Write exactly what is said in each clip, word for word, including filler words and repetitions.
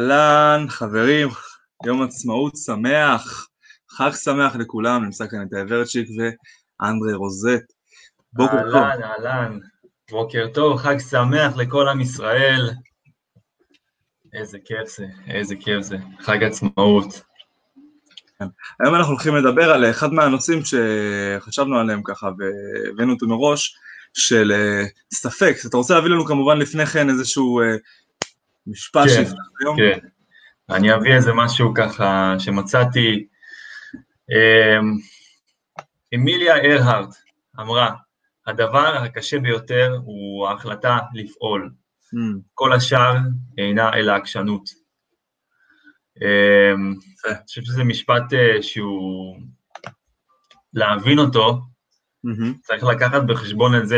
אהלן, חברים, יום עצמאות שמח, חג שמח לכולם, נמצא כאן את האברצ'יק ואנדרי רוזט. בוקר טוב. אהלן, אהלן, בוקר טוב, חג שמח לכל עם ישראל. איזה כיף זה, איזה כיף זה, חג עצמאות. היום אנחנו הולכים לדבר על אחד מהנושאים שחשבנו עליהם ככה והבאנו אותו מראש, של ספק. אתה רוצה להביא לנו כמובן לפני כן איזשהו משפט כן, שיפתח היום? כן, אני אביא איזה משהו ככה שמצאתי. אמיליה ארהרט אמרה, הדבר הקשה ביותר הוא ההחלטה לפעול. Mm. כל השאר אינה אלא עקשנות. אני חושב שזה משפט שהוא, להבין אותו, mm-hmm. צריך לקחת בחשבון את זה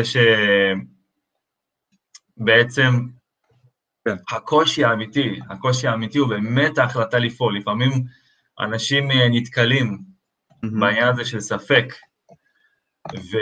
שבעצם כן. הקושי האמיתי, הקושי האמיתי הוא באמת ההחלטה לפעול. לפעמים אנשים נתקלים mm-hmm. בעניין הזה של ספק, ו...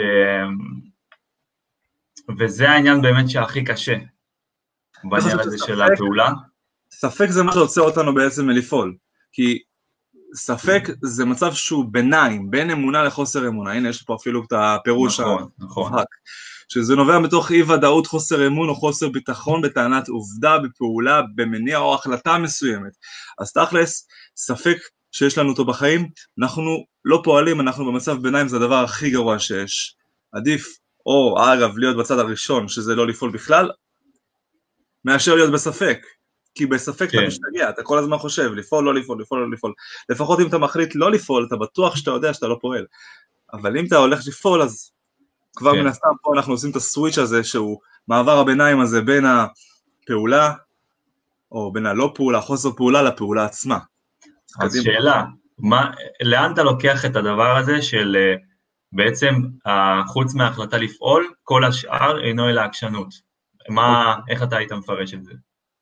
וזה העניין באמת שהכי קשה, בעניין הזה של הפעולה. ספק זה מה שעוצר אותנו בעצם מלפעול, כי ספק זה מצב שהוא ביניים, בין אמונה לחוסר אמונה. הנה יש פה אפילו את הפירוש נכון, נכון. שזה נובע מתוך אי ודאות, חוסר אמון או חוסר ביטחון בטענת עובדה, בפעולה, במניע או החלטה מסוימת. אז תכלס, ספק שיש לנו אותו בחיים, אנחנו לא פועלים, אנחנו במצב ביניים, זה הדבר הכי גרוע שיש. עדיף, או אגב, להיות בצד הראשון, שזה לא לפעול בכלל, מאשר להיות בספק. כי בספק כן. אתה משתגע, אתה כל הזמן חושב, לפעול, לא לפעול, לפעול, לא לפעול. לפחות אם אתה מחליט לא לפעול, אתה בטוח שאתה יודע שאתה לא פועל. אבל אם אתה הולך לפעול, אז כבר כן. מן הסתם פה אנחנו עושים את הסוויץ' הזה, שהוא מעבר הביניים הזה בין הפעולה, או בין הלא פעולה, חוסר פעולה לפעולה עצמה. אז קדימה. שאלה, מה, לאן אתה לוקח את הדבר הזה של בעצם, חוץ מההחלטה לפעול, כל השאר אינו אלא עקשנות? מה, איך אתה היית מפרש את זה?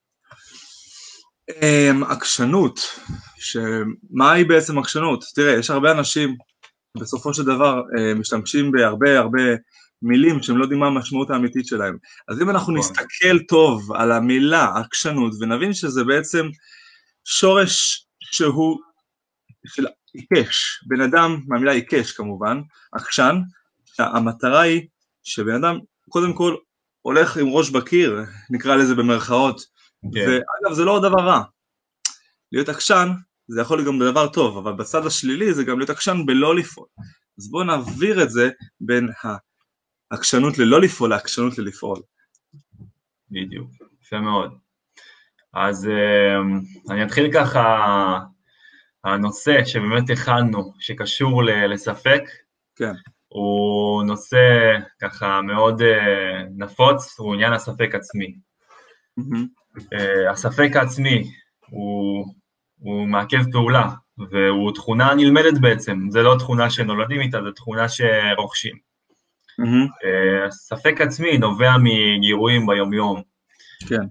עקשנות, שמה היא בעצם עקשנות? תראה, יש הרבה אנשים בסופו של דבר משתמשים בהרבה הרבה מילים שהם לא יודעים מה המשמעות האמיתית שלהם. אז אם אנחנו נסתכל טוב על המילה עקשנות ונבין שזה בעצם שורש שהוא של עיקש, בן אדם, מהמילה עיקש כמובן, עקשן, המטרה היא שבן אדם קודם כל הולך עם ראש בקיר, נקרא לזה במרכאות, ואגב זה לא דבר רע, להיות עקשן זה יכול להיות גם דבר טוב, אבל בצד השלילי זה גם להיות עקשן בלא לפעול. אז בואו נעביר את זה בין העקשנות ללא לפעול לעקשנות ללפעול. בדיוק, יפה מאוד. אז אני אתחיל ככה, הנושא שבאמת הכנו, שקשור לספק, כן. הוא נושא ככה מאוד נפוץ, הוא עניין הספק עצמי. Mm-hmm. הספק העצמי הוא, הוא מעכב פעולה, והוא תכונה נלמדת בעצם, זה לא תכונה שנולדים איתה, זה תכונה שרוכשים. Mm-hmm. הספק עצמי נובע מגירויים ביום-יום. כן.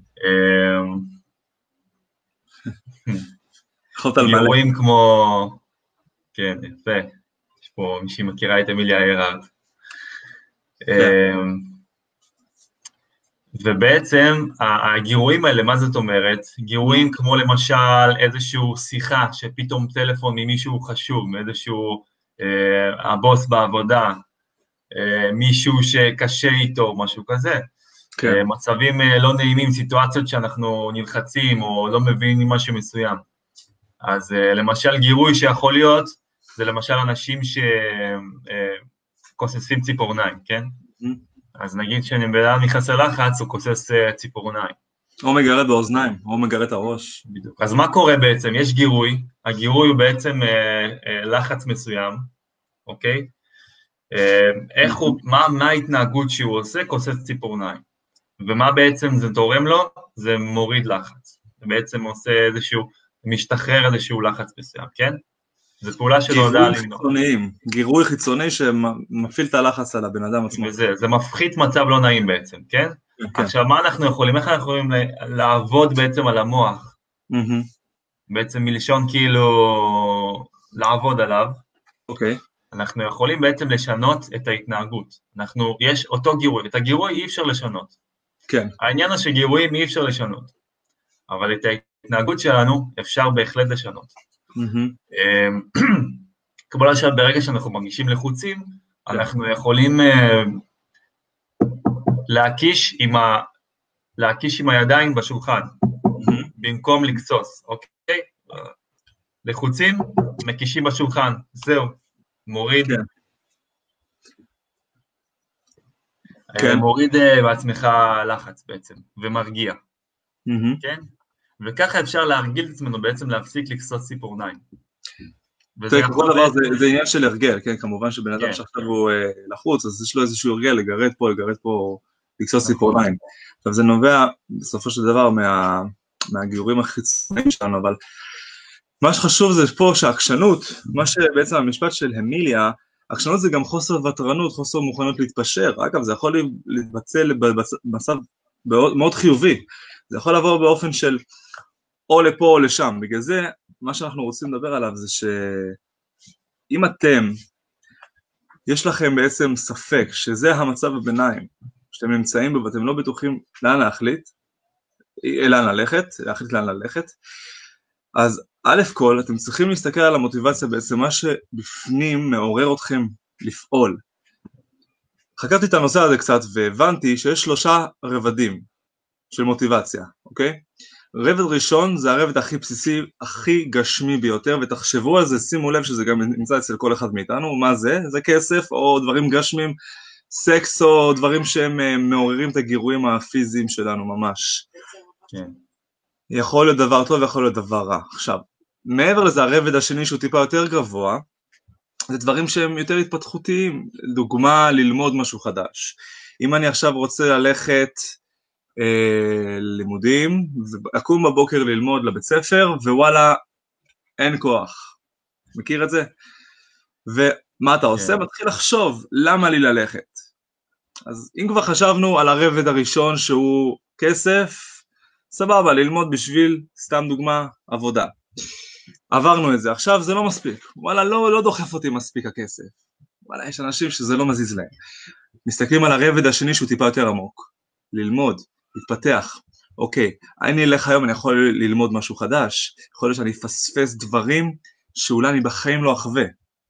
גירויים כמו, כן, יפה, יש פה מי שמכירה את אמיליה ארהרט. כן. ובעצם הגירויים האלה, מה זאת אומרת? גירויים כמו למשל איזשהו שיחה שפתאום טלפון ממישהו חשוב, מאיזשהו אה, הבוס בעבודה, אה, מישהו שקשה איתו, משהו כזה. כן. אה, מצבים אה, לא נעימים, סיטואציות שאנחנו נלחצים או לא מבינים משהו מסוים. אז אה, למשל גירוי שיכול להיות, זה למשל אנשים שכוססים אה, ציפורניים, כן? Mm-hmm. אז נגיד שאני בן נכנס ללחץ, הוא כוסס ציפורניים. או מגרד באוזניים, או מגרד את הראש. בדיוק. אז מה קורה בעצם? יש גירוי, הגירוי הוא בעצם אה, אה, לחץ מסוים, אוקיי? אה, איך הוא, מה, מה ההתנהגות שהוא עושה? כוסס ציפורניים. ומה בעצם זה תורם לו? זה מוריד לחץ. זה בעצם עושה איזשהו, משתחרר איזשהו לחץ מסוים, כן? זו פעולה שנועדה למנוע. גירוי חיצוניים, גירוי חיצוני שמפעיל את הלחץ על הבן אדם עצמו. וזה, זה מפחית מצב לא נעים בעצם, כן? כן. עכשיו, מה אנחנו יכולים, איך אנחנו יכולים לעבוד בעצם על המוח? Mm-hmm. בעצם מלשון כאילו לעבוד עליו. אוקיי. Okay. אנחנו יכולים בעצם לשנות את ההתנהגות. אנחנו, יש אותו גירוי, את הגירוי אי אפשר לשנות. כן. העניין הוא שגירויים אי אפשר לשנות. אבל את ההתנהגות שלנו אפשר בהחלט לשנות. Mm-hmm. כמו למשל, ברגע שאנחנו מרגישים לחוצים, אנחנו יכולים uh, להקיש עם, ה... להקיש עם הידיים בשולחן, mm-hmm. במקום לקצוץ, אוקיי? לחוצים, מקישים בשולחן, זהו, מוריד, כן. כן. מוריד בעצמך לחץ בעצם, ומרגיע, mm-hmm. כן? וככה אפשר להרגיל את עצמנו בעצם להפסיק לקצוץ ציפורניים. תראה, כל דבר זה, זה עניין של הרגל, כן, כמובן שבן אדם שעכשיו הוא אה, לחוץ, אז יש לו איזשהו הרגל לגרד פה, לגרד פה, לקצוץ ציפורניים. עכשיו זה נובע בסופו של דבר מה, מהגירויים החיצוניים שלנו, אבל מה שחשוב זה פה שהעקשנות, מה שבעצם המשפט של המיליה, עקשנות זה גם חוסר ותרנות, חוסר מוכנות להתפשר, אגב זה יכול להתבצע במצב מאוד חיובי, זה יכול לעבור באופן של או לפה או לשם, בגלל זה מה שאנחנו רוצים לדבר עליו זה שאם אתם, יש לכם בעצם ספק שזה המצב הביניים, שאתם נמצאים בו ואתם לא בטוחים לאן להחליט, לאן ללכת, להחליט לאן ללכת, אז א' כל, אתם צריכים להסתכל על המוטיבציה בעצם, מה שבפנים מעורר אתכם לפעול. חקרתי את הנושא הזה קצת והבנתי שיש שלושה רבדים של מוטיבציה, אוקיי? רבד ראשון זה הרבד הכי בסיסי, הכי גשמי ביותר, ותחשבו על זה, שימו לב שזה גם נמצא אצל כל אחד מאיתנו, מה זה? זה כסף או דברים גשמים, סקס או דברים שהם מעוררים את הגירויים הפיזיים שלנו ממש. כן. יכול להיות דבר טוב ויכול להיות דבר רע. עכשיו, מעבר לזה הרבד השני שהוא טיפה יותר גבוה, זה דברים שהם יותר התפתחותיים, דוגמה ללמוד משהו חדש. אם אני עכשיו רוצה ללכת לימודים, ואקום בבוקר ללמוד לבית ספר, ווואלה, אין כוח. מכיר את זה? ומה אתה עושה? מתחיל לחשוב, למה לי ללכת? אז אם כבר חשבנו על הרבד הראשון שהוא כסף, סבבה, ללמוד בשביל, סתם דוגמה, עבודה. עברנו את זה, עכשיו זה לא מספיק. וואלה, לא, לא דוחף אותי מספיק הכסף. וואלה, יש אנשים שזה לא מזיז להם. מסתכלים על הרבד השני שהוא טיפה יותר עמוק. ללמוד. להתפתח, אוקיי, אני אלך היום, אני יכול ללמוד משהו חדש, יכול להיות שאני אפספס דברים שאולי אני בחיים לא אחווה,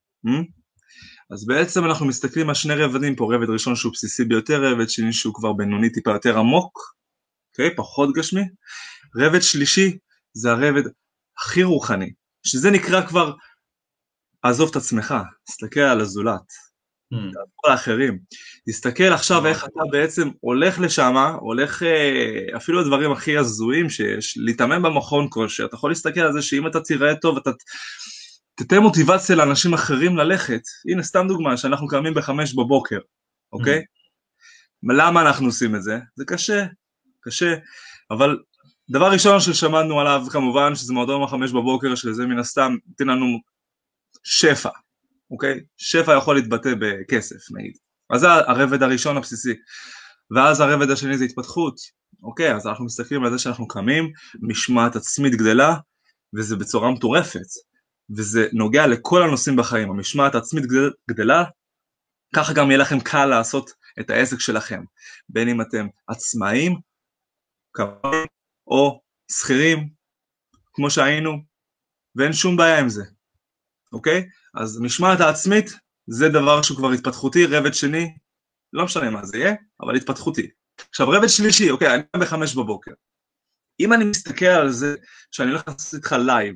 אז בעצם אנחנו מסתכלים על שני רבדים פה, רבד ראשון שהוא בסיסי ביותר, רבד שני שהוא כבר בינוני טיפה יותר עמוק, אוקיי, פחות גשמי, רבד שלישי זה הרבד הכי רוחני, שזה נקרא כבר, עזוב את עצמך, תסתכל על הזולת, כל האחרים, תסתכל עכשיו איך אתה בעצם הולך לשם, הולך אפילו לדברים הכי הזויים שיש, להתאמן במכון כושר, אתה יכול להסתכל על זה שאם אתה תראה טוב, אתה תתן מוטיבציה לאנשים אחרים ללכת, הנה סתם דוגמה שאנחנו קיימים בחמש בבוקר, אוקיי? למה אנחנו עושים את זה? זה קשה, קשה, אבל דבר ראשון ששמענו עליו כמובן שזה מועדון בחמש בבוקר, שזה מן הסתם תן לנו שפע, אוקיי? שפע יכול להתבטא בכסף, נגיד. אז זה הרבד הראשון הבסיסי. ואז הרבד השני זה התפתחות. אוקיי, אז אנחנו מסתכלים על זה שאנחנו קמים, משמעת עצמית גדלה, וזה בצורה מטורפת. וזה נוגע לכל הנושאים בחיים. המשמעת העצמית גדלה, ככה גם יהיה לכם קל לעשות את העסק שלכם. בין אם אתם עצמאים, קבעים, או שכירים, כמו שהיינו, ואין שום בעיה עם זה. אוקיי? אז משמעת העצמית זה דבר שהוא כבר התפתחותי, רבד שני, לא משנה מה זה יהיה, אבל התפתחותי. עכשיו רבד שלישי, אוקיי, אני קם בחמש בבוקר. אם אני מסתכל על זה שאני הולך לעשות איתך לייב,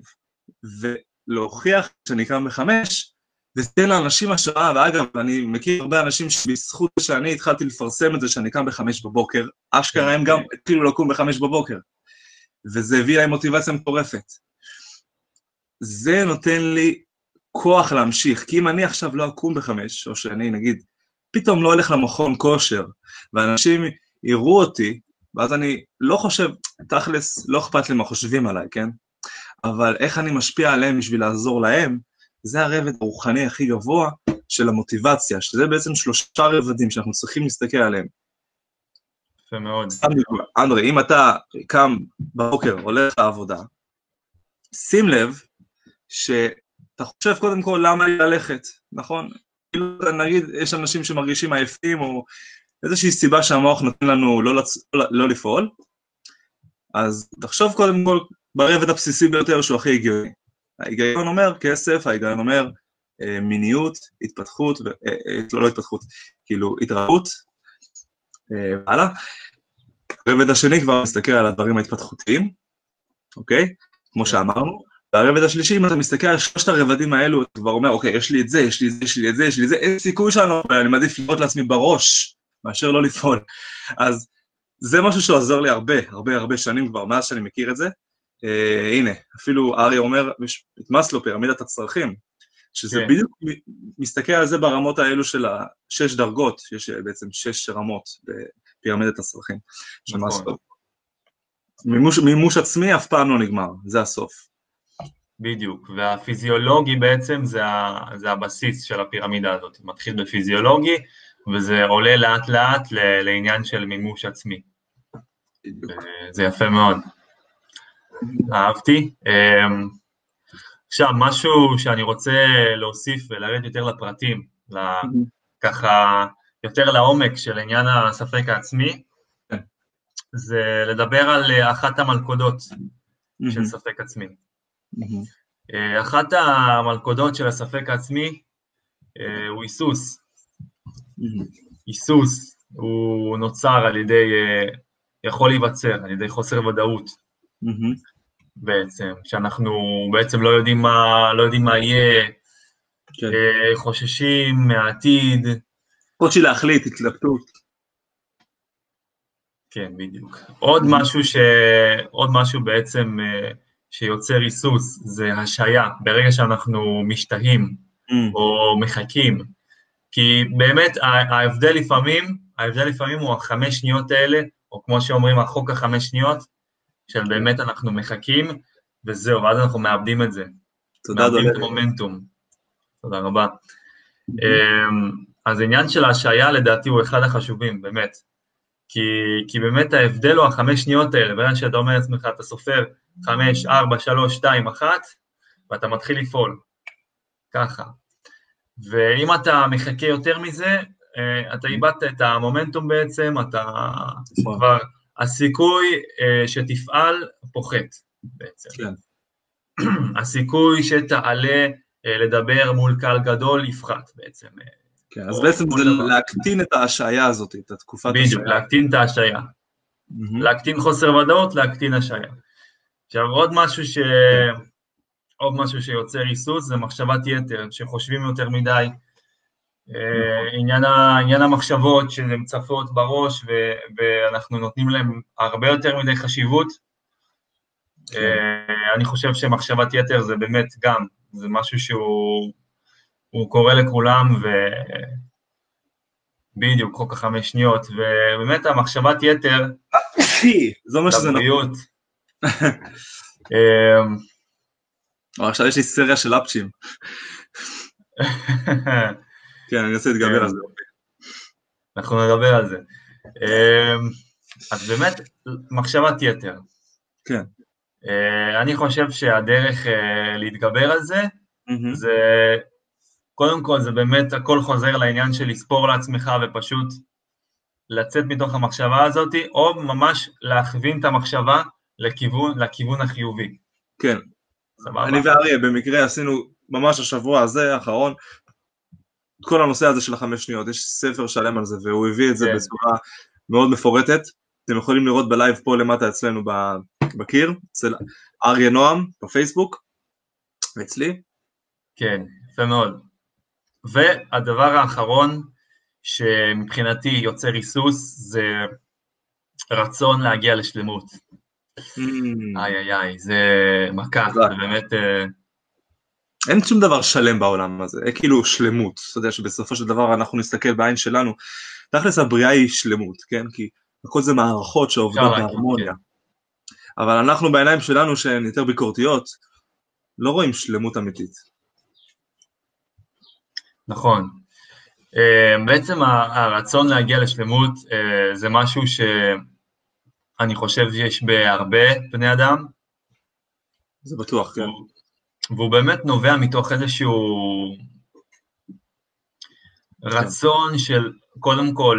ולהוכיח שאני קם בחמש, ותן לאנשים השראה, ואגב, אני מכיר הרבה אנשים שבזכות שאני התחלתי לפרסם את זה שאני קם בחמש בבוקר, אשכרה הם גם התחילו לקום בחמש בבוקר, וזה הביא להם מוטיבציה מטורפת. זה נותן לי כוח להמשיך, כי אם אני עכשיו לא אקום בחמש, או שאני נגיד, פתאום לא הולך למכון כושר, ואנשים יראו אותי, ואז אני לא חושב, תכלס, לא אכפת לי מה חושבים עליי, כן? אבל איך אני משפיע עליהם בשביל לעזור להם, זה הרבד הרוחני הכי גבוה של המוטיבציה, שזה בעצם שלושה רבדים שאנחנו צריכים להסתכל עליהם. יפה מאוד. אנדרי, אם אתה קם בבוקר, הולך לעבודה, שים לב שאתה חושב קודם כל למה ללכת, נכון? נגיד, יש אנשים שמרגישים עייפים, או איזושהי סיבה שהמוח נותן לנו לא, לצ... לא, לא לפעול, אז תחשוב קודם כל ברבד הבסיסי ביותר שהוא הכי הגיוני. ההיגיון אומר כסף, ההיגיון אומר אה, מיניות, התפתחות, ו, אה, אה, לא, לא התפתחות, כאילו התראות, אה, הלאה. הרבד השני כבר מסתכל על הדברים ההתפתחותיים, אוקיי? כמו שאמרנו, והרבד השלישי, אם אתה מסתכל על שלושת הרבדים האלו, אתה כבר אומר, אוקיי, יש לי את זה, יש לי את זה, יש לי את זה, יש לי את זה, אין סיכוי שלנו, ואני מעדיף לראות לעצמי בראש, מאשר לא לפעול. אז זה משהו שעוזר לי הרבה, הרבה, הרבה שנים כבר, מאז שאני מכיר את זה. Uh, הנה, אפילו אריה אומר, יש את מסלו, פירמידת הצרכים, שזה כן. בדיוק מסתכל על זה ברמות האלו של השש דרגות, יש בעצם שש רמות בפירמידת הצרכים של נכון. מסלו. מימוש, מימוש עצמי אף פעם לא נגמר, זה הסוף. בדיוק, והפיזיולוגי בעצם זה, ה, זה הבסיס של הפירמידה הזאת, מתחיל בפיזיולוגי, וזה עולה לאט לאט לעניין של מימוש עצמי. זה יפה מאוד. אהבתי. עכשיו, משהו שאני רוצה להוסיף ולרד יותר לפרטים, ככה יותר לעומק של עניין הספק העצמי, זה לדבר על אחת המלכודות של ספק עצמי. אחת המלכודות של הספק העצמי הוא היסוס. היסוס הוא נוצר על ידי, יכול להיווצר, על ידי חוסר ודאות. בעצם, שאנחנו בעצם לא יודעים מה, לא יודעים מה יהיה, כן. חוששים מהעתיד. קושי להחליט, התלבטות. כן, בדיוק. עוד משהו ש... עוד משהו בעצם שיוצר היסוס, זה השעיה, ברגע שאנחנו משתהים או מחכים, כי באמת ההבדל לפעמים, ההבדל לפעמים הוא החמש שניות האלה, או כמו שאומרים, החוק החמש שניות, של באמת אנחנו מחכים, וזהו, ואז אנחנו מאבדים את זה. תודה, מאבדים את המומנטום. תודה רבה. אז העניין של ההשעיה, לדעתי, הוא אחד החשובים, באמת. כי, כי באמת ההבדל הוא החמש שניות האלה, ואין שאתה אומר לעצמך, אתה סופר חמש, ארבע, שלוש, שתיים, אחת, ואתה מתחיל לפעול. ככה. ואם אתה מחכה יותר מזה, אתה איבדת את המומנטום בעצם, אתה כבר... הסיכוי uh, שתפעל פוחת בעצם. כן. הסיכוי שתעלה uh, לדבר מול קהל גדול יפחת בעצם. כן, אז בעצם זה דבר. להקטין את ההשעיה הזאת, את התקופת בדיוק, השעיה. בדיוק, להקטין את ההשעיה. Mm-hmm. להקטין חוסר ודאות, להקטין השעיה. עכשיו, עוד משהו ש... כן. עוד משהו שיוצר היסוס, זה מחשבת יתר, שחושבים יותר מדי, עניין, ה, עניין המחשבות שהן צפות בראש, ו, ואנחנו נותנים להם הרבה יותר מדי חשיבות. כן. אני חושב שמחשבת יתר זה באמת גם, זה משהו שהוא קורה לכולם, ובדיוק, חוק החמש שניות, ובאמת המחשבת יתר, זה מה שזה לבריאות. עכשיו יש לי סריה של אפצ'ים. כן, אני אנסה להתגבר על זה. אנחנו נדבר על זה. אז באמת, מחשבת יתר. כן. אני חושב שהדרך להתגבר על זה, זה, קודם כל, זה באמת, הכל חוזר לעניין של לספור לעצמך ופשוט לצאת מתוך המחשבה הזאת, או ממש להכווין את המחשבה לכיוון, לכיוון החיובי. כן. אני ואריה במקרה עשינו ממש השבוע הזה, האחרון, כל הנושא הזה של החמש שניות, יש ספר שלם על זה, והוא הביא את זה כן. בצורה מאוד מפורטת, אתם יכולים לראות בלייב פה למטה אצלנו בקיר, אצל אריה נועם בפייסבוק, ואצלי. כן, יפה מאוד. והדבר האחרון, שמבחינתי יוצר היסוס, זה רצון להגיע לשלמות. איי איי איי, זה מכה, זה באמת... אין שום דבר שלם בעולם הזה, זה כאילו שלמות, אתה יודע שבסופו של דבר אנחנו נסתכל בעין שלנו, תכלס הבריאה היא שלמות, כן? כי הכל זה מערכות שעובדות בהרמוניה, אבל אנחנו בעיניים שלנו שהן יותר ביקורתיות, לא רואים שלמות אמיתית. נכון, בעצם הרצון להגיע לשלמות זה משהו שאני חושב שיש בהרבה בני אדם. זה בטוח, כן. והוא באמת נובע מתוך איזשהו רצון של, קודם כל,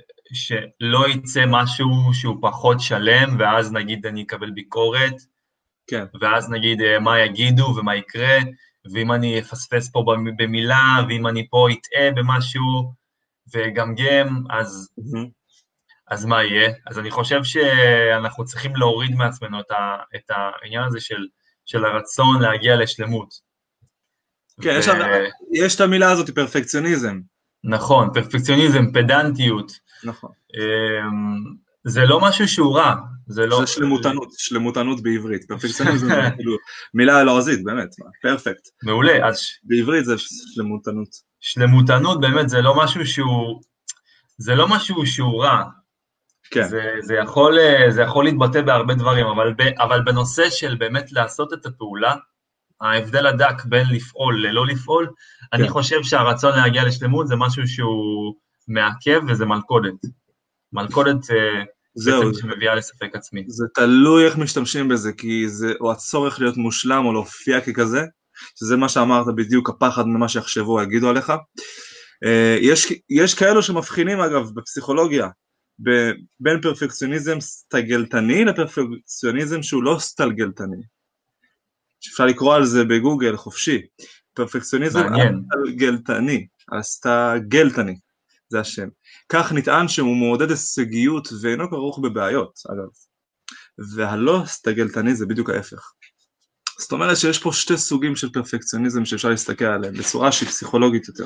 שלא יצא משהו שהוא פחות שלם, ואז נגיד אני אקבל ביקורת, כן. ואז נגיד מה יגידו ומה יקרה, ואם אני אפספס פה במילה, ואם אני פה אטעה במשהו, וגמגם, אז, Mm-hmm. אז מה יהיה? אז אני חושב שאנחנו צריכים להוריד מעצמנו את, ה, את העניין הזה של, של הרצון להגיע לשלמות. כן, ו... יש, יש את המילה הזאת, פרפקציוניזם. נכון, פרפקציוניזם, פדנטיות. נכון. זה לא משהו שהוא רע. זה, לא... זה שלמותנות, שלמותנות בעברית. פרפקציוניזם זה כאילו מילה לועזית, באמת, פרפקט. מעולה. אז... בעברית זה שלמותנות. שלמותנות באמת זה לא משהו שהוא, זה לא משהו שהוא רע. כן. זה, זה, יכול, זה יכול להתבטא בהרבה דברים, אבל, ב, אבל בנושא של באמת לעשות את הפעולה, ההבדל הדק בין לפעול ללא לפעול, כן. אני חושב שהרצון להגיע לשלמות זה משהו שהוא מעכב וזה מלכודת. מלכודת זהו, בעצם שמביאה לספק עצמי. זה תלוי איך משתמשים בזה, כי זה או הצורך להיות מושלם או להופיע ככזה, שזה מה שאמרת בדיוק, הפחד ממה שיחשבו או יגידו עליך. יש, יש כאלו שמבחינים אגב בפסיכולוגיה, בין פרפקציוניזם סטגלטני לפרפקציוניזם שהוא לא סטלגלטני. אפשר לקרוא על זה בגוגל חופשי. פרפקציוניזם הסטגלטני, הסטגלטני, זה השם. כך נטען שהוא מעודד הישגיות ואינו כרוך בבעיות, אגב. והלא סטגלטני זה בדיוק ההפך. זאת אומרת שיש פה שתי סוגים של פרפקציוניזם שאפשר להסתכל עליהם, בצורה שהיא פסיכולוגית יותר.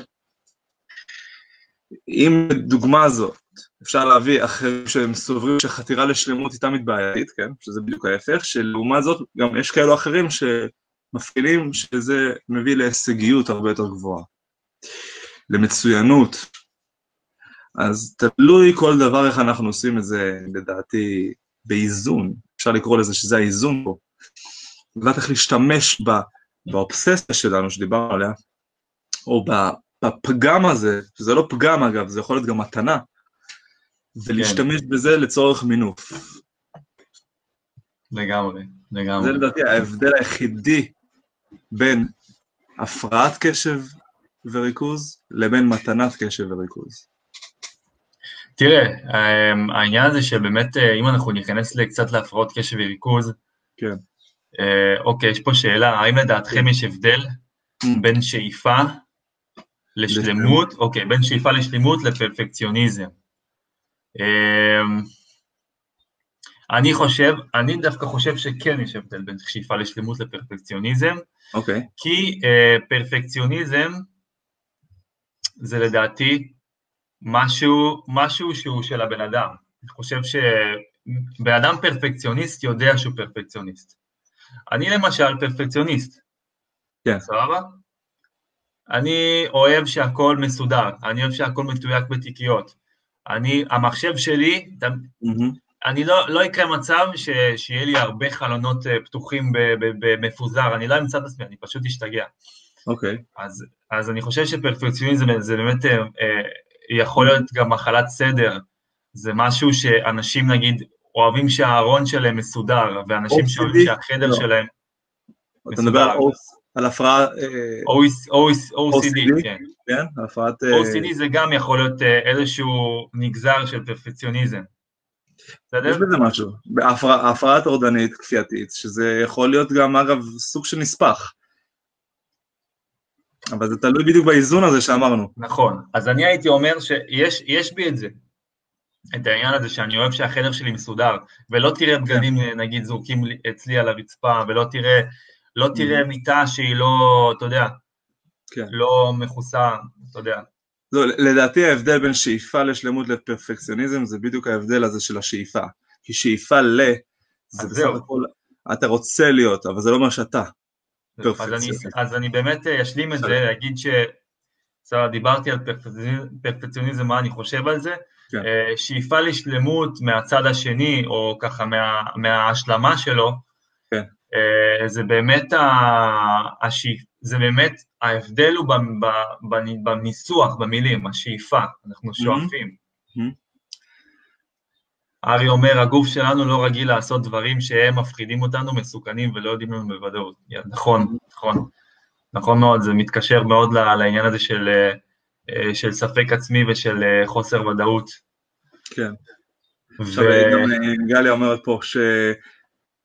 אם דוגמה הזאת, אפשר להביא אחרים שהם סוברים שחתירה לשלמות היא תמיד בעייתית, כן? שזה בדיוק ההפך, שלעומת זאת גם יש כאלו אחרים שמפעילים שזה מביא להישגיות הרבה יותר גבוהה. למצוינות. אז תלוי כל דבר איך אנחנו עושים את זה, לדעתי, באיזון. אפשר לקרוא לזה שזה האיזון פה. לדעת איך להשתמש באובססיה שלנו שדיברנו עליה, או בפגם הזה, שזה לא פגם אגב, זה יכול להיות גם מתנה, ולהשתמש כן. בזה לצורך מינוף. לגמרי, לגמרי. זה לדעתי ההבדל היחידי בין הפרעת קשב וריכוז, לבין מתנת קשב וריכוז. תראה, העניין הזה שבאמת, אם אנחנו ניכנס קצת להפרעות קשב וריכוז, כן. אוקיי, יש פה שאלה, האם לדעתכם יש הבדל בין שאיפה לשלמות, אוקיי, בין שאיפה לשלמות לפרפקציוניזם? אני חושב, אני דווקא חושב שכן יש הבדל בין שאיפה לשלמות לפרפקציוניזם, אוקיי. כי פרפקציוניזם זה לדעתי משהו, משהו שהוא של הבן אדם. אני חושב שבן אדם פרפקציוניסט יודע שהוא פרפקציוניסט. אני למשל פרפקציוניסט. כן. סבבה? אני אוהב שהכל מסודר, אני אוהב שהכל מתויק בתיקיות. אני, המחשב שלי, mm-hmm. אני לא, לא יקרה מצב ש, שיהיה לי הרבה חלונות פתוחים במפוזר, אני לא אמצא את עצמי, אני פשוט אשתגע. אוקיי. Okay. אז, אז אני חושב שפרפקציוניזם זה, זה באמת אה, יכול להיות גם מחלת סדר, זה משהו שאנשים נגיד אוהבים שהארון שלהם מסודר, ואנשים שאוהבים שהחדר לא. שלהם אתה מסודר. מדבר על, על הפרעה... או סי די, כן. כן, הפרעת... או סי די זה גם יכול להיות איזשהו נגזר של פרפקציוניזם. בסדר? יש בזה משהו, בהפרעה, הפרעת אורדנית כפייתית, שזה יכול להיות גם אגב סוג של נספח. אבל זה תלוי בדיוק באיזון הזה שאמרנו. נכון, אז אני הייתי אומר שיש יש בי את זה, את העניין הזה שאני אוהב שהחדר שלי מסודר, ולא תראה בגדים נגיד זורקים אצלי על הרצפה, ולא תראה, לא תראה מיטה שהיא לא, אתה יודע, כן. לא מכוסה, אתה יודע. זו, לדעתי ההבדל בין שאיפה לשלמות לפרפקציוניזם, זה בדיוק ההבדל הזה של השאיפה. כי שאיפה ל, זה בסך הכל, אתה רוצה להיות, אבל זה לא מה שאתה. אז אני, אז אני באמת אשלים את זה, להגיד ש... דיברתי על פרפקציוניזם, מה אני חושב על זה, כן. שאיפה לשלמות מהצד השני, או ככה מה, מההשלמה שלו, כן. זה באמת, השאיפ, זה באמת, ההבדל הוא בניסוח, במילים, השאיפה, אנחנו שואפים. ארי אומר, הגוף שלנו לא רגיל לעשות דברים שהם מפחידים אותנו, מסוכנים ולא יודעים לנו בוודאות. נכון, נכון. נכון מאוד, זה מתקשר מאוד לעניין הזה של, של ספק עצמי ושל חוסר ודאות. כן. עכשיו, גם גליה אומרת פה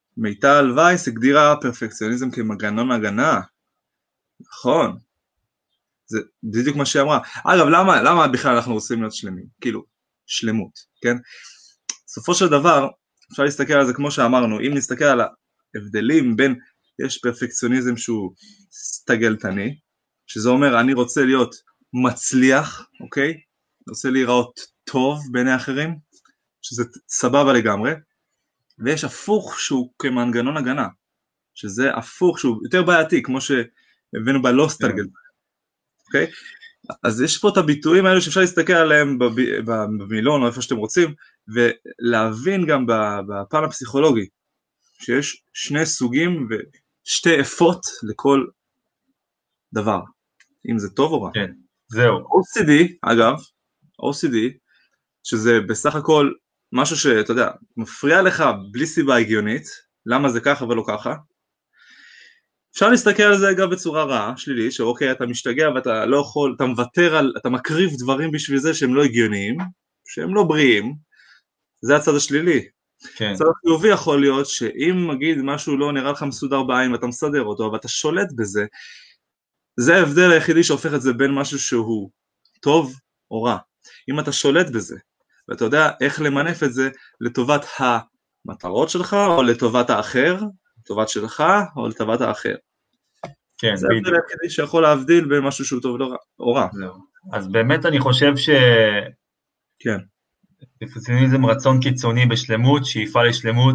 מיטל וייס הגדירה פרפקציוניזם כמנגנון הגנה. נכון. זה בדיוק מה שהיא אמרה. אגב, למה, למה בכלל אנחנו רוצים להיות שלמים? כאילו, שלמות, כן? בסופו של דבר, אפשר להסתכל על זה כמו שאמרנו, אם נסתכל על ההבדלים בין, יש פרפקציוניזם שהוא סטגלתני, שזה אומר, אני רוצה להיות מצליח, אוקיי? אני רוצה להיראות טוב בעיני אחרים, שזה סבבה לגמרי, ויש הפוך שהוא כמנגנון הגנה, שזה הפוך שהוא יותר בעייתי, כמו שהבאנו בלא סטגלתני, אוקיי? אז יש פה את הביטויים האלו שאפשר להסתכל עליהם במילון או איפה שאתם רוצים, ולהבין גם בפן הפסיכולוגי, שיש שני סוגים ושתי אפות לכל דבר, אם זה טוב או רע. כן, זהו. או סי די, אגב, או סי די, שזה בסך הכל משהו שאתה יודע, מפריע לך בלי סיבה הגיונית, למה זה ככה ולא ככה, אפשר להסתכל על זה גם בצורה רעה, שלילית, שאוקיי, אתה משתגע ואתה לא יכול, אתה מוותר על, אתה מקריב דברים בשביל זה שהם לא הגיוניים, שהם לא בריאים, זה הצד השלילי. כן. הצד החיובי יכול להיות שאם נגיד משהו לא נראה לך מסודר בעין ואתה מסדר אותו, ואתה שולט בזה, זה ההבדל היחידי שהופך את זה בין משהו שהוא טוב או רע. אם אתה שולט בזה, ואתה יודע איך למנף את זה לטובת המטרות שלך, או לטובת האחר, לטובת שלך, או לטובת האחר. כן, זה ההבדל היחידי שיכול להבדיל בין משהו שהוא טוב או רע. אז באמת אני חושב ש... כן. פרפקציוניזם רצון קיצוני בשלמות, שאיפה לשלמות,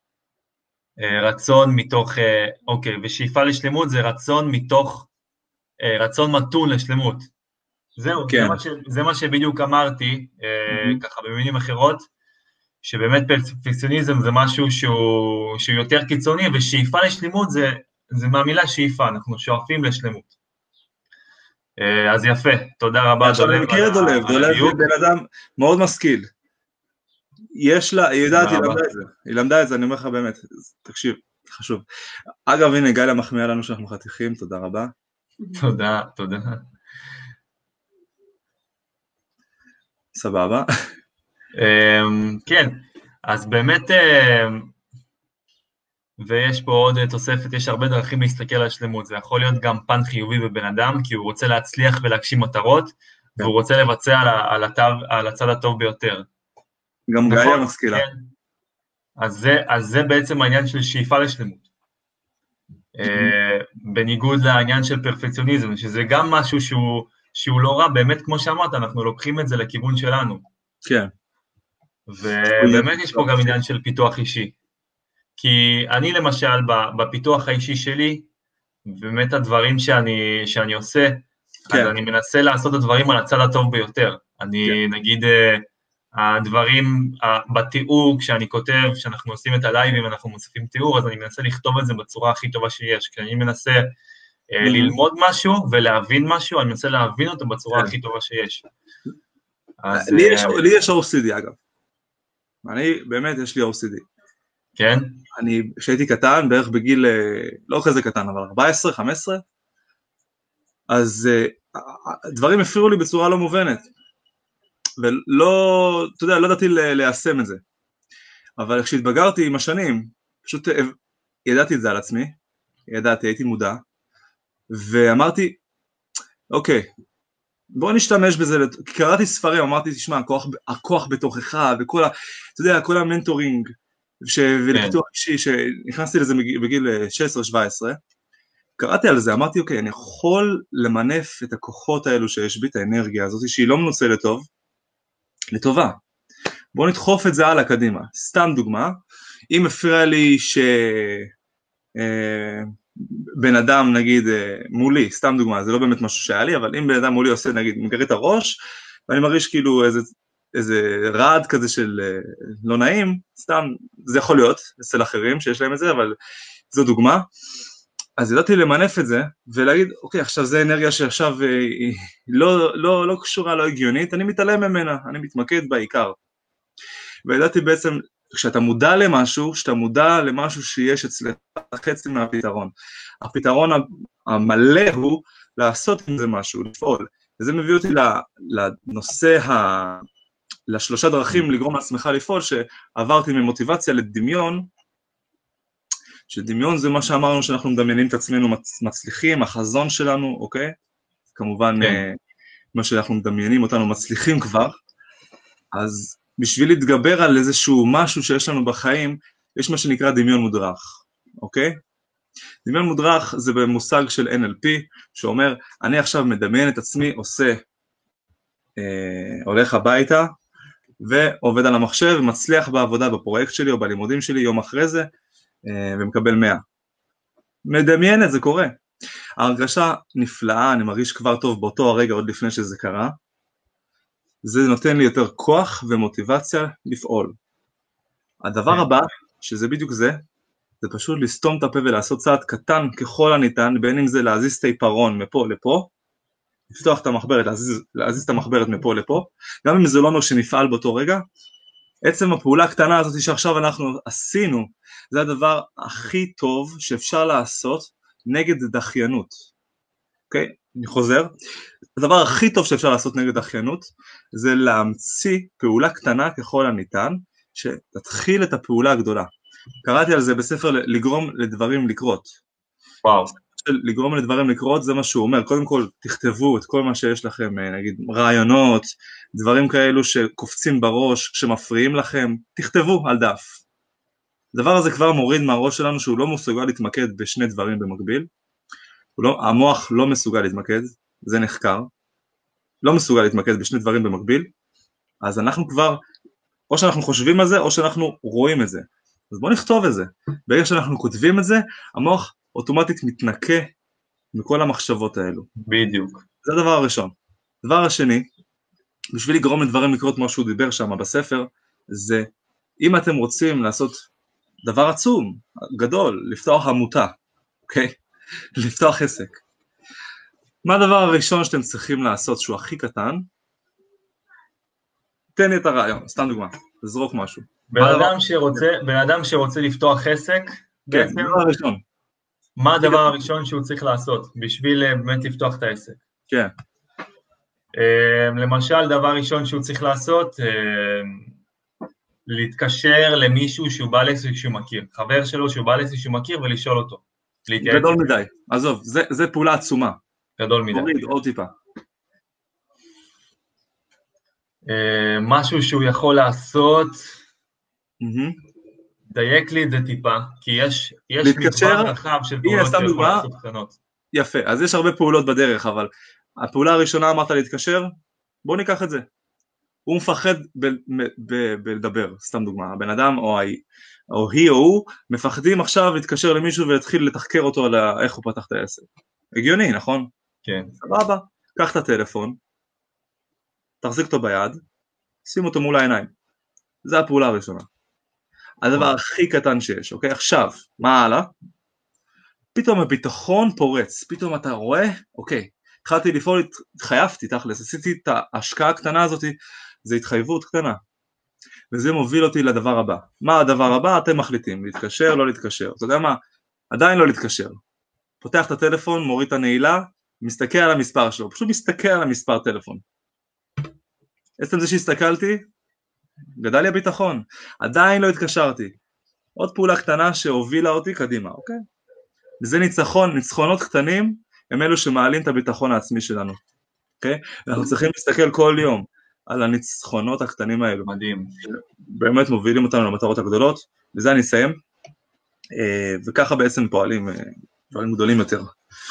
רצון מתוך, אוקיי, ושאיפה לשלמות זה רצון מתוך, רצון מתון לשלמות. זהו, כן. זה, מה ש, זה מה שבדיוק אמרתי, mm-hmm. ככה במילים אחרות, שבאמת פרפקציוניזם זה משהו שהוא, שהוא יותר קיצוני, ושאיפה לשלמות זה, זה מהמילה שאיפה, אנחנו שואפים לשלמות. אז יפה, תודה רבה. עכשיו אני מכיר את דולב, דולב זה בן אדם מאוד משכיל. יש לה, היא יודעת, היא למדה את זה, היא למדה את זה, אני אומר לך באמת, תקשיב, חשוב. אגב, הנה, גיא מחמיאה לנו שאנחנו חתיכים, תודה רבה. תודה, תודה. סבבה. כן, אז באמת, ויש פה עוד תוספת, יש הרבה דרכים להסתכל על שלמות, זה יכול להיות גם פן חיובי בבן אדם, כי הוא רוצה להצליח ולהגשים מטרות, והוא רוצה לבצע על, התו, על הצד הטוב ביותר. גם נכון, גיא המשכילה. כן. אז, זה, אז זה בעצם העניין של שאיפה לשלמות. Mm-hmm. בניגוד לעניין של פרפקציוניזם, שזה גם משהו שהוא, שהוא לא רע, באמת כמו שאמרת, אנחנו לוקחים את זה לכיוון שלנו. כן. ובאמת יש פה גם עניין של פיתוח אישי. כי אני למשל, בפיתוח האישי שלי, באמת הדברים שאני, שאני עושה, כן. אז אני מנסה לעשות את הדברים על הצד הטוב ביותר. אני כן. נגיד, הדברים בתיאור, כשאני כותב, כשאנחנו עושים את הלייבים, אנחנו מוסיפים תיאור, אז אני מנסה לכתוב את זה בצורה הכי טובה שיש, כי אני מנסה mm-hmm. ללמוד משהו ולהבין משהו, אני מנסה להבין אותו בצורה כן. הכי טובה שיש. אז, לי, יש, uh... לי יש או סי די אגב. אני, באמת יש לי או סי די. כן? אני, כשהייתי קטן, בערך בגיל, לא כזה קטן, אבל ארבע עשרה, חמש עשרה, אז דברים הפריעו לי בצורה לא מובנת. ולא, אתה יודע, לא ידעתי ליישם את זה. אבל כשהתבגרתי עם השנים, פשוט ידעתי את זה על עצמי, ידעתי, הייתי מודע, ואמרתי, אוקיי, בוא נשתמש בזה, קראתי ספרים, אמרתי, תשמע, הכוח, הכוח בתוכך, וכל ה, אתה יודע, כל המנטורינג, ולפיתוח אישי, שנכנסתי לזה בגיל שש עשרה שבע עשרה, קראתי על זה, אמרתי, אוקיי, אני יכול למנף את הכוחות האלו שיש בי, את האנרגיה הזאת, שהיא לא מנוצלת טוב, לטובה. בואו נדחוף את זה הלאה קדימה. סתם דוגמה, אם הפריע לי שבן אדם, נגיד, מולי, סתם דוגמה, זה לא באמת משהו שהיה לי, אבל אם בן אדם מולי עושה, נגיד, מגרד את הראש, ואני מרגיש כאילו איזה, איזה רעד כזה של לא נעים, סתם, זה יכול להיות, אצל אחרים שיש להם את זה, אבל זו דוגמה. אז ידעתי למנף את זה, ולהגיד, אוקיי, עכשיו זה אנרגיה שעכשיו היא לא, לא, לא קשורה, לא הגיונית, אני מתעלם ממנה, אני מתמקד בעיקר. וידעתי בעצם, כשאתה מודע למשהו, כשאתה מודע למשהו שיש אצלך חצי מהפתרון. הפתרון המלא הוא לעשות עם זה משהו, לפעול. וזה מביא אותי לנושא, ה... לשלושה דרכים לגרום לעצמך לפעול, שעברתי ממוטיבציה לדמיון, שדמיון זה מה שאמרנו שאנחנו מדמיינים את עצמנו מצליחים, החזון שלנו, אוקיי? כמובן, כן. מה שאנחנו מדמיינים אותנו מצליחים כבר, אז בשביל להתגבר על איזשהו משהו שיש לנו בחיים, יש מה שנקרא דמיון מודרך, אוקיי? דמיון מודרך זה במושג של אן אל פי, שאומר, אני עכשיו מדמיין את עצמי, עושה, אה, הולך הביתה, ועובד על המחשב, ומצליח בעבודה בפרויקט שלי או בלימודים שלי יום אחרי זה, אה, ומקבל מאה. מדמיין את זה קורה. ההרגשה נפלאה, אני מרגיש כבר טוב באותו הרגע עוד לפני שזה קרה, זה נותן לי יותר כוח ומוטיבציה לפעול. הדבר הבא, שזה בדיוק זה, זה פשוט לסתום את הפה ולעשות צעד קטן ככל הניתן, בין אם זה להזיז את העיפרון מפה לפה, לפתוח את המחברת, להזיז, להזיז את המחברת מפה לפה, גם אם זה לא אומר שנפעל באותו רגע, עצם הפעולה הקטנה הזאת שעכשיו אנחנו עשינו, זה הדבר הכי טוב שאפשר לעשות נגד דחיינות. אוקיי? אני חוזר. הדבר הכי טוב שאפשר לעשות נגד דחיינות, זה להמציא פעולה קטנה ככל הניתן, שתתחיל את הפעולה הגדולה. קראתי על זה בספר לגרום לדברים לקרות. וואו. לגרום לדברים לקרות זה מה שהוא אומר, קודם כל תכתבו את כל מה שיש לכם, נגיד רעיונות, דברים כאלו שקופצים בראש, שמפריעים לכם, תכתבו על דף. הדבר הזה כבר מוריד מהראש שלנו שהוא לא מסוגל להתמקד בשני דברים במקביל, לא, המוח לא מסוגל להתמקד, זה נחקר, לא מסוגל להתמקד בשני דברים במקביל, אז אנחנו כבר, או שאנחנו חושבים על זה, או שאנחנו רואים את זה. אז בואו נכתוב את זה. ברגע שאנחנו כותבים את זה, המוח אוטומטית מתנקה מכל המחשבות האלו. בדיוק. זה הדבר הראשון. הדבר השני, בשביל לגרום לדברים לקרות כמו שהוא דיבר שם בספר, זה אם אתם רוצים לעשות דבר עצום, גדול, לפתוח עמותה, אוקיי? לפתוח עסק. מה הדבר הראשון שאתם צריכים לעשות שהוא הכי קטן? תן לי את הרעיון, סתם דוגמה, לזרוק משהו. בן אדם שרוצה, בן אדם שרוצה לפתוח עסק, כן, דבר הראשון. מה הדבר הראשון שהוא צריך לעשות בשביל באמת לפתוח את העסק? כן. למשל, דבר ראשון שהוא צריך לעשות, להתקשר למישהו שהוא בעל עסק שהוא מכיר, חבר שלו שהוא בעל עסק שהוא מכיר ולשאול אותו. גדול מדי, עזוב, זה, זה פעולה עצומה. גדול מדי. תוריד עוד טיפה. משהו שהוא יכול לעשות, דייק לי את זה טיפה, כי יש, יש מגוון רחב של פעולות שיכול לעשות קטנות. יפה, אז יש הרבה פעולות בדרך, אבל הפעולה הראשונה אמרת להתקשר, בוא ניקח את זה. הוא מפחד בלדבר, סתם דוגמה, הבן אדם או היא או היא או הוא מפחדים עכשיו להתקשר למישהו ולהתחיל לתחקר אותו על איך הוא פתח את העסק. הגיוני, נכון? כן. סבבה, קח את הטלפון, תחזיק אותו ביד, שים אותו מול העיניים. זה הפעולה הראשונה. הדבר הכי קטן שיש, אוקיי? עכשיו, מה הלאה? פתאום הביטחון פורץ, פתאום אתה רואה, אוקיי, התחלתי לפעול, התחייבתי תכלס, עשיתי את ההשקעה הקטנה הזאת, זה התחייבות קטנה. וזה מוביל אותי לדבר הבא. מה הדבר הבא? אתם מחליטים, להתקשר, לא להתקשר. אתה יודע מה? עדיין לא להתקשר. פותח את הטלפון, מוריד את הנעילה, מסתכל על המספר שלו, פשוט מסתכל על המספר טלפון. עצם זה שהסתכלתי, גדל לי הביטחון. עדיין לא התקשרתי. עוד פעולה קטנה שהובילה אותי קדימה, אוקיי? וזה ניצחון, ניצחונות קטנים, הם אלו שמעלים את הביטחון העצמי שלנו. אוקיי? אנחנו צריכים להסתכל כל יום על הניצחונות הקטנים האלו. מדהים. באמת מובילים אותנו למטרות הגדולות, וזה אני אסיים, וככה בעצם פועלים דברים גדולים יותר.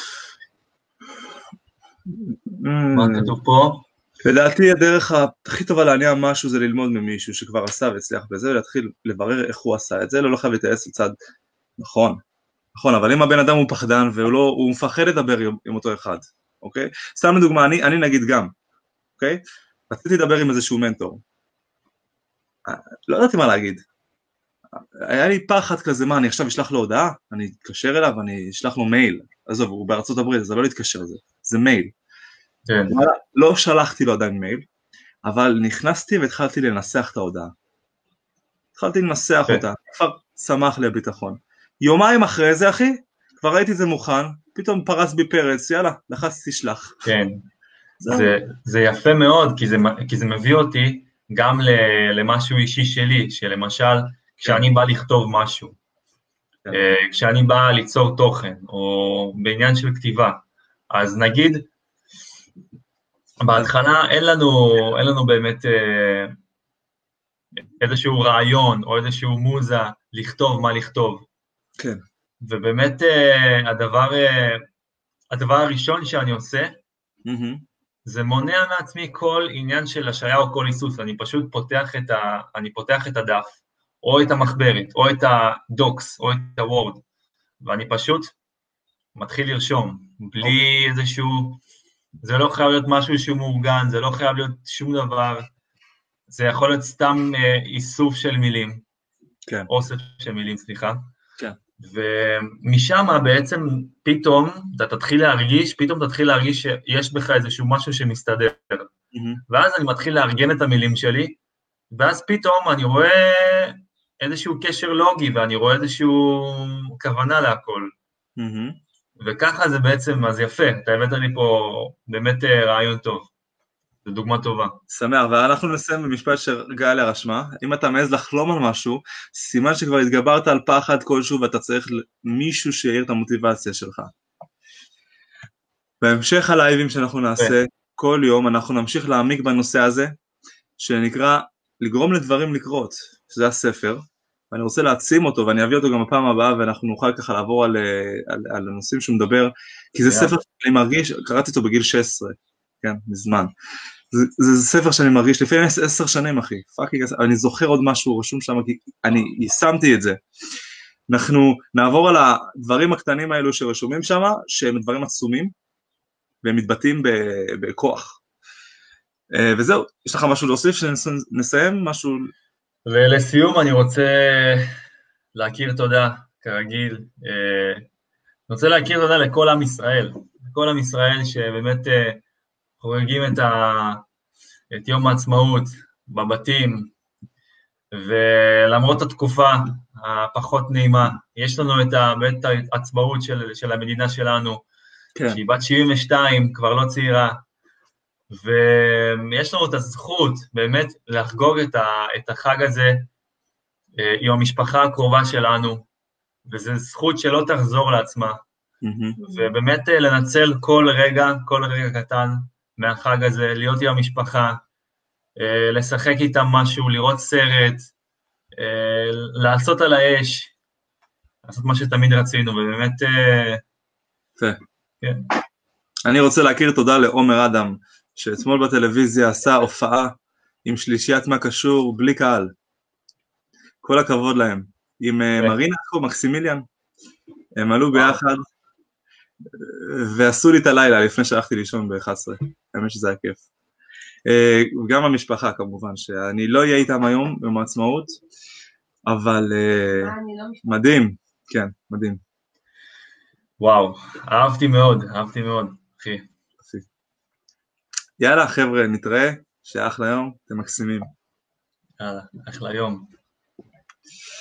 מה כתוב פה? לדעתי הדרך הכי טובה להניע משהו זה ללמוד ממישהו שכבר עשה והצליח בזה, ולהתחיל לברר איך הוא עשה את זה, לא חייב להתייעץ לצד, נכון, נכון, אבל אם הבן אדם הוא פחדן והוא לא, הוא מפחד לדבר עם אותו אחד, אוקיי? סתם לדוגמה, אני, אני נגיד גם, אוקיי? רציתי לדבר עם איזשהו מנטור, לא ידעתי מה להגיד, היה לי פחד כזה, מה, אני עכשיו אשלח לו הודעה, אני אתקשר אליו, אני אשלח לו מייל, עזוב, הוא בארצות הברית, זה לא להתקשר לזה, זה מייל. כן. לא שלחתי לו עדיין מייל, אבל נכנסתי והתחלתי לנסח את ההודעה. התחלתי לנסח כן. אותה, כבר שמח לי הביטחון. יומיים אחרי זה, אחי, כבר ראיתי את זה מוכן, פתאום פרץ בי פרץ, יאללה, לחצתי שלח. כן, זה, זה יפה מאוד, כי זה, כי זה מביא אותי גם למשהו אישי שלי, שלמשל, כשאני בא לכתוב משהו, כן. כשאני בא ליצור תוכן, או בעניין של כתיבה, אז נגיד, בהתחלה אין לנו, אין לנו באמת איזשהו רעיון, או איזשהו מוזה, לכתוב מה לכתוב. כן. ובאמת הדבר, הדבר הראשון שאני עושה, Mm-hmm. זה מונע מעצמי כל עניין של השעיה או כל היסוס, אני פשוט פותח את, ה, אני פותח את הדף, או את המחברת, או את הדוקס, או את הוורד, ואני פשוט מתחיל לרשום, בלי okay. איזשהו, זה לא חייב להיות משהו שהוא מאורגן, זה לא חייב להיות שום דבר, זה יכול להיות סתם אה, איסוף של מילים, כן. אוסף של מילים, סליחה, כן. ומשם בעצם פתאום אתה תתחיל להרגיש, פתאום תתחיל להרגיש שיש בך איזשהו משהו שמסתדר, mm-hmm. ואז אני מתחיל לארגן את המילים שלי, ואז פתאום אני רואה איזשהו קשר לוגי, ואני רואה איזשהו כוונה להכל, mm-hmm. וככה זה בעצם, אז יפה, אתה הבאת לי פה באמת רעיון טוב, זו דוגמה טובה. שמח, ואנחנו נסיים במשפט שגאליה רשמה, אם אתה מעז לחלום על משהו, סימן שכבר התגברת על פחד כלשהו, ואתה צריך מישהו שיעיר את המוטיבציה שלך. בהמשך הלייבים שאנחנו נעשה, כל יום אנחנו נמשיך להעמיק בנושא הזה, שנקרא לגרום לדברים לקרות, שזה הספר, ואני רוצה להעצים אותו, ואני אביא אותו גם בפעם הבאה, ואנחנו נוכל ככה לעבור על, על, על הנושאים שהוא מדבר, כי זה ספר שאני מרגיש, קראתי אותו בגיל שש עשרה, כן, מזמן. זה, זה ספר שאני מרגיש, לפעמים עשר שנים, אחי, פאקינג, אני זוכר עוד משהו רשום שם, כי אני יישמתי את זה. אנחנו נעבור על הדברים הקטנים האלו שרשומים שם, שהם דברים עצומים, והם מתבטאים בכוח. וזהו, יש לך משהו להוסיף שנסיים? משהו... ולסיום אני רוצה להכיר תודה, כרגיל. אני רוצה להכיר תודה לכל עם ישראל, לכל עם ישראל שבאמת חוגגים את, ה... את יום העצמאות בבתים, ולמרות התקופה הפחות נעימה, יש לנו את העצמאות של, של המדינה שלנו, כן. שהיא בת שבעים ושתיים, כבר לא צעירה, ויש לנו את הזכות באמת לחגוג את, ה, את החג הזה עם המשפחה הקרובה שלנו, וזו זכות שלא תחזור לעצמה, mm-hmm. ובאמת לנצל כל רגע, כל רגע קטן מהחג הזה, להיות עם המשפחה, לשחק איתם משהו, לראות סרט, לעשות על האש, לעשות מה שתמיד רצינו, ובאמת... כן. כן. אני רוצה להכיר תודה לעומר אדם, שאתמול בטלוויזיה עשה הופעה עם שלישיית מה קשור, בלי קהל. כל הכבוד להם. עם מרינה או מקסימיליאן, הם עלו ביחד, ועשו לי את הלילה לפני שהלכתי לישון ב-אחת עשרה. האמת שזה היה כיף. גם המשפחה כמובן, שאני לא אהיה איתם היום ביום העצמאות, אבל מדהים, כן, מדהים. וואו, אהבתי מאוד, אהבתי מאוד, אחי. יאללה חבר'ה, נתראה, שאחלה יום, אתם מקסימים. יאללה, אחלה יום.